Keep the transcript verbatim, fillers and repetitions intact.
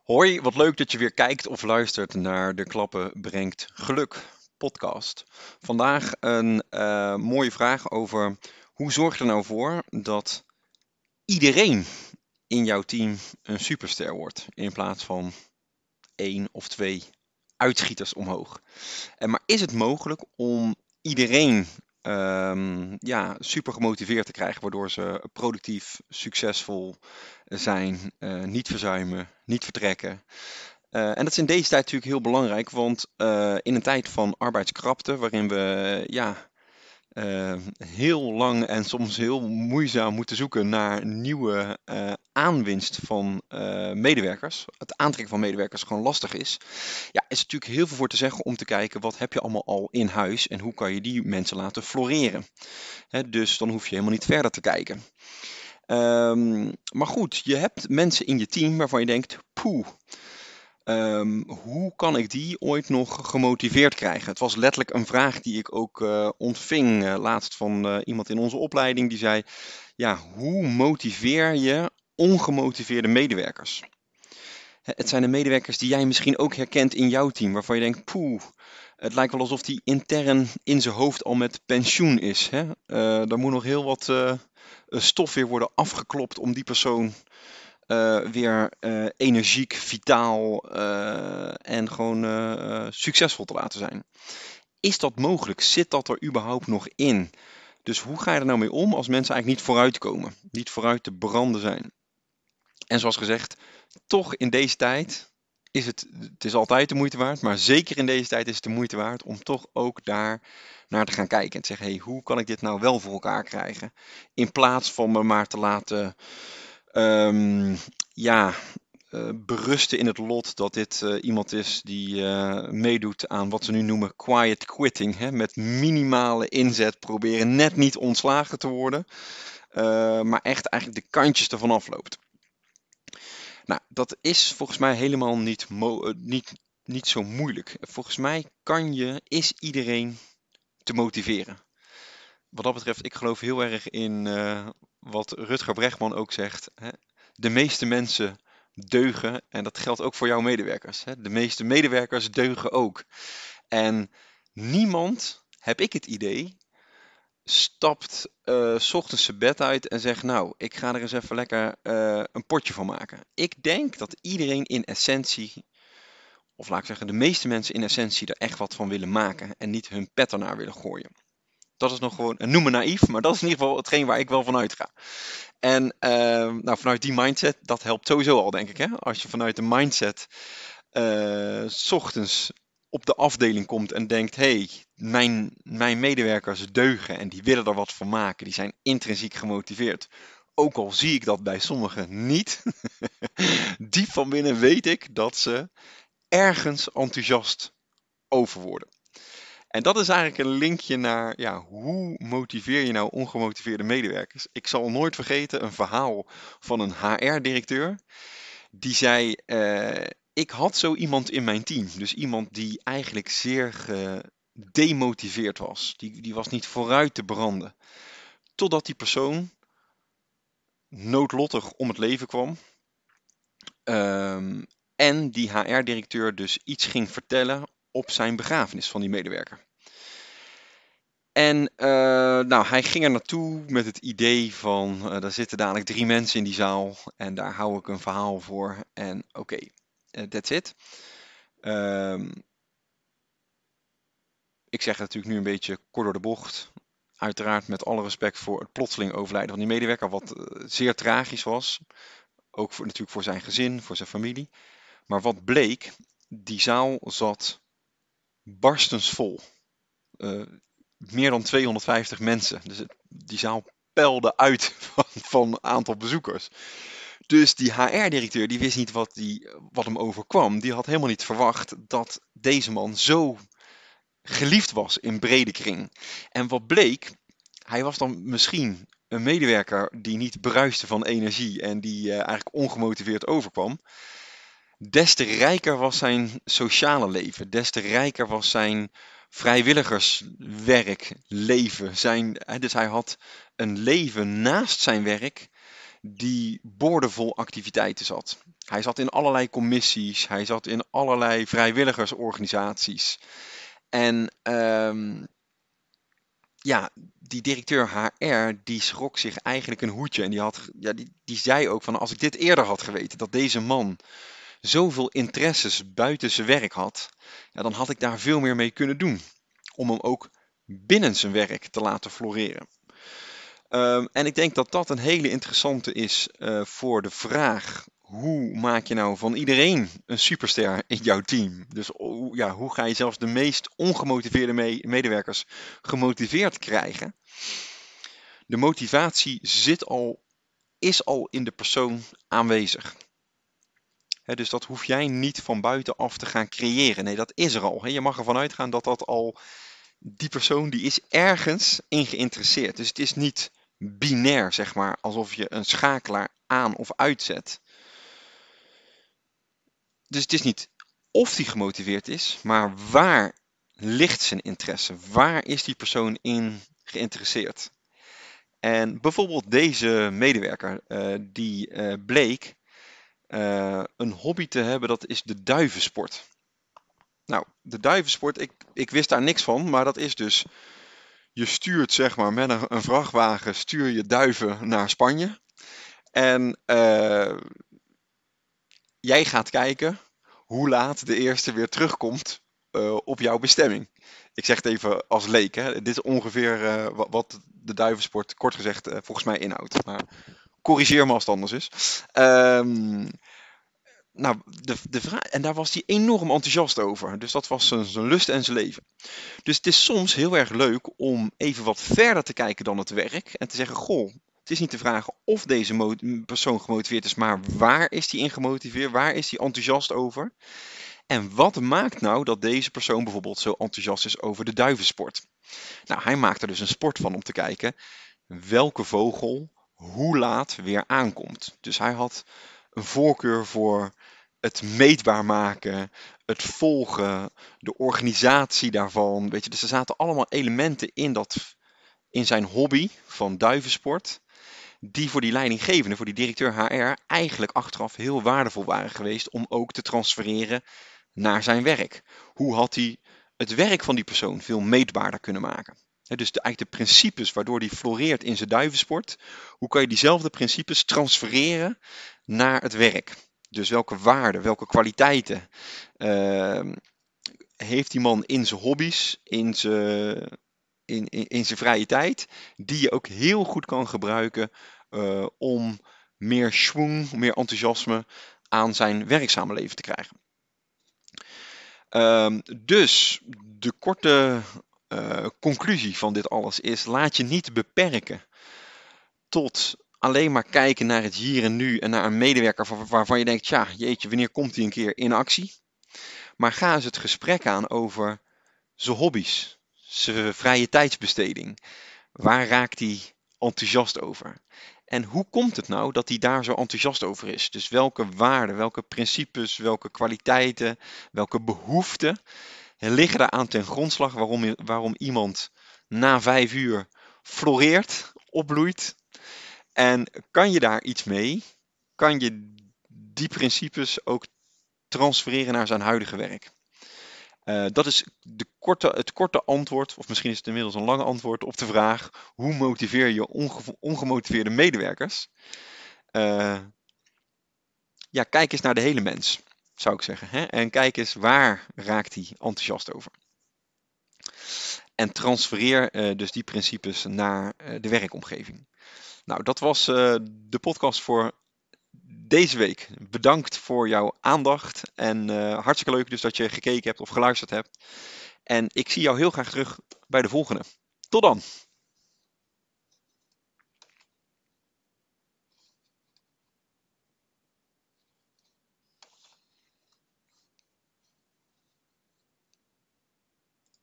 Hoi, wat leuk dat je weer kijkt of luistert naar de Klappen brengt geluk podcast. Vandaag een eh, mooie vraag over hoe zorg je er nou voor dat iedereen in jouw team een superster wordt in plaats van één of twee uitschieters omhoog. En maar is het mogelijk om iedereen ehm, ja, super gemotiveerd te krijgen, waardoor ze productief, succesvol zijn, eh, niet verzuimen, niet vertrekken? Uh, en dat is in deze tijd natuurlijk heel belangrijk, want uh, in een tijd van arbeidskrapte, waarin we ja, uh, heel lang en soms heel moeizaam moeten zoeken naar nieuwe uh, aanwinst van uh, medewerkers, het aantrekken van medewerkers gewoon lastig is, ja, is natuurlijk heel veel voor te zeggen om te kijken wat heb je allemaal al in huis en hoe kan je die mensen laten floreren. Hè, dus dan hoef je helemaal niet verder te kijken. Um, maar goed, je hebt mensen in je team waarvan je denkt, poeh. Um, hoe kan ik die ooit nog gemotiveerd krijgen? Het was letterlijk een vraag die ik ook uh, ontving uh, laatst van uh, iemand in onze opleiding. Die zei, ja, hoe motiveer je ongemotiveerde medewerkers? Het zijn de medewerkers die jij misschien ook herkent in jouw team, waarvan je denkt, poeh, het lijkt wel alsof die intern in zijn hoofd al met pensioen is. Hè? Uh, er moet nog heel wat uh, stof weer worden afgeklopt om die persoon Uh, weer uh, energiek, vitaal uh, en gewoon uh, succesvol te laten zijn. Is dat mogelijk? Zit dat er überhaupt nog in? Dus hoe ga je er nou mee om als mensen eigenlijk niet vooruitkomen? Niet vooruit te branden zijn? En zoals gezegd, toch in deze tijd is het, het is altijd de moeite waard, maar zeker in deze tijd is het de moeite waard om toch ook daar naar te gaan kijken en te zeggen, hey, hoe kan ik dit nou wel voor elkaar krijgen? In plaats van me maar te laten Um, ja, uh, berusten in het lot dat dit uh, iemand is die uh, meedoet aan wat ze nu noemen quiet quitting. Hè? Met minimale inzet proberen net niet ontslagen te worden, uh, maar echt eigenlijk de kantjes ervan afloopt. Nou, dat is volgens mij helemaal niet, mo- uh, niet, niet zo moeilijk. Volgens mij kan je, is iedereen te motiveren. Wat dat betreft, ik geloof heel erg in uh, wat Rutger Bregman ook zegt. Hè? De meeste mensen deugen en dat geldt ook voor jouw medewerkers. Hè? De meeste medewerkers deugen ook. En niemand, heb ik het idee, stapt uh, 's ochtends zijn bed uit en zegt, nou, ik ga er eens even lekker uh, een potje van maken. Ik denk dat iedereen in essentie, of laat ik zeggen, de meeste mensen in essentie er echt wat van willen maken en niet hun pet ernaar willen gooien. Dat is nog gewoon, noem me naïef, maar dat is in ieder geval hetgeen waar ik wel van uitga. En uh, nou, vanuit die mindset, dat helpt sowieso al, denk ik. Hè? Als je vanuit de mindset uh, 's ochtends op de afdeling komt en denkt, hé, hey, mijn, mijn medewerkers deugen en die willen er wat van maken. Die zijn intrinsiek gemotiveerd. Ook al zie ik dat bij sommigen niet. Diep van binnen weet ik dat ze ergens enthousiast over worden. En dat is eigenlijk een linkje naar, ja, hoe motiveer je nou ongemotiveerde medewerkers? Ik zal nooit vergeten een verhaal van een H R-directeur. Die zei, uh, ik had zo iemand in mijn team. Dus iemand die eigenlijk zeer gedemotiveerd was. Die, die was niet vooruit te branden. Totdat die persoon noodlottig om het leven kwam. Um, en die H R-directeur dus iets ging vertellen op zijn begrafenis van die medewerker. En uh, nou, hij ging er naartoe met het idee van, uh, er zitten dadelijk drie mensen in die zaal en daar hou ik een verhaal voor. En oké, okay, uh, that's it. Um, ik zeg het natuurlijk nu een beetje kort door de bocht. Uiteraard met alle respect voor het plotseling overlijden van die medewerker, wat uh, zeer tragisch was. Ook voor, natuurlijk voor zijn gezin, voor zijn familie. Maar wat bleek, die zaal zat barstensvol. Uh, meer dan tweehonderdvijftig mensen. Dus het, die zaal peilde uit van, van aantal bezoekers. Dus die H R-directeur die wist niet wat, die, wat hem overkwam. Die had helemaal niet verwacht dat deze man zo geliefd was in brede kring. En wat bleek, hij was dan misschien een medewerker die niet bruiste van energie en die uh, eigenlijk ongemotiveerd overkwam. Des te rijker was zijn sociale leven, des te rijker was zijn vrijwilligerswerk, leven. Zijn, dus hij had een leven naast zijn werk die boordevol activiteiten zat. Hij zat in allerlei commissies, hij zat in allerlei vrijwilligersorganisaties. En um, ja, die directeur H R, die schrok zich eigenlijk een hoedje. En die, had, ja, die, die zei ook van, als ik dit eerder had geweten, dat deze man zoveel interesses buiten zijn werk had, ja, dan had ik daar veel meer mee kunnen doen. Om hem ook binnen zijn werk te laten floreren. Um, en ik denk dat dat een hele interessante is uh, voor de vraag: hoe maak je nou van iedereen een superster in jouw team? Dus oh, ja, hoe ga je zelfs de meest ongemotiveerde me- medewerkers gemotiveerd krijgen? De motivatie zit al, is al in de persoon aanwezig. He, dus dat hoef jij niet van buitenaf te gaan creëren. Nee, dat is er al. He, je mag ervan uitgaan dat dat al, die persoon die is ergens in geïnteresseerd. Dus het is niet binair, zeg maar, alsof je een schakelaar aan of uitzet. Dus het is niet of die gemotiveerd is, maar waar ligt zijn interesse? Waar is die persoon in geïnteresseerd? En bijvoorbeeld deze medewerker, uh, die uh, bleek uh, een hobby te hebben, dat is de duivensport. Nou, de duivensport, ik, ik wist daar niks van, maar dat is dus, je stuurt zeg maar met een, een vrachtwagen, stuur je duiven naar Spanje. En uh, jij gaat kijken hoe laat de eerste weer terugkomt uh, op jouw bestemming. Ik zeg het even als leek, hè. Dit is ongeveer uh, wat, wat de duivensport kort gezegd uh, volgens mij inhoudt. Maar corrigeer me als het anders is. Um, nou, de, de vraag, en daar was hij enorm enthousiast over. Dus dat was zijn, zijn lust en zijn leven. Dus het is soms heel erg leuk om even wat verder te kijken dan het werk. En te zeggen, goh, het is niet de vraag of deze persoon gemotiveerd is, maar waar is hij in gemotiveerd? Waar is hij enthousiast over? En wat maakt nou dat deze persoon bijvoorbeeld zo enthousiast is over de duivensport? Nou, hij maakt er dus een sport van om te kijken welke vogel hoe laat weer aankomt. Dus hij had een voorkeur voor het meetbaar maken, het volgen, de organisatie daarvan. Weet je, dus er zaten allemaal elementen in, dat, in zijn hobby van duivensport, die voor die leidinggevende, voor die directeur H R, eigenlijk achteraf heel waardevol waren geweest om ook te transfereren naar zijn werk. Hoe had hij het werk van die persoon veel meetbaarder kunnen maken? He, dus de, eigenlijk de principes waardoor hij floreert in zijn duivensport, hoe kan je diezelfde principes transfereren naar het werk? Dus welke waarden, welke kwaliteiten uh, heeft die man in zijn hobby's, in zijn, in, in, in zijn vrije tijd, die je ook heel goed kan gebruiken uh, om meer schwung, meer enthousiasme aan zijn werkzame leven te krijgen. Um, dus de korte uh, conclusie van dit alles is: laat je niet beperken tot alleen maar kijken naar het hier en nu en naar een medewerker waarvan je denkt, ja, jeetje, wanneer komt hij een keer in actie? Maar ga eens het gesprek aan over zijn hobby's, zijn vrije tijdsbesteding. Waar raakt hij enthousiast over? En hoe komt het nou dat hij daar zo enthousiast over is? Dus welke waarden, welke principes, welke kwaliteiten, welke behoeften liggen daar aan ten grondslag waarom, waarom iemand na vijf uur floreert, opbloeit? En kan je daar iets mee? Kan je die principes ook transfereren naar zijn huidige werk? Uh, dat is de korte, het korte antwoord, of misschien is het inmiddels een lange antwoord op de vraag: hoe motiveer je onge- ongemotiveerde medewerkers? Uh, ja, kijk eens naar de hele mens, zou ik zeggen. Hè? En kijk eens, waar raakt hij enthousiast over? En transfereer uh, dus die principes naar uh, de werkomgeving. Nou, dat was uh, de podcast voor deze week. Bedankt voor jouw aandacht en uh, hartstikke leuk dus dat je gekeken hebt of geluisterd hebt. En ik zie jou heel graag terug bij de volgende. Tot dan!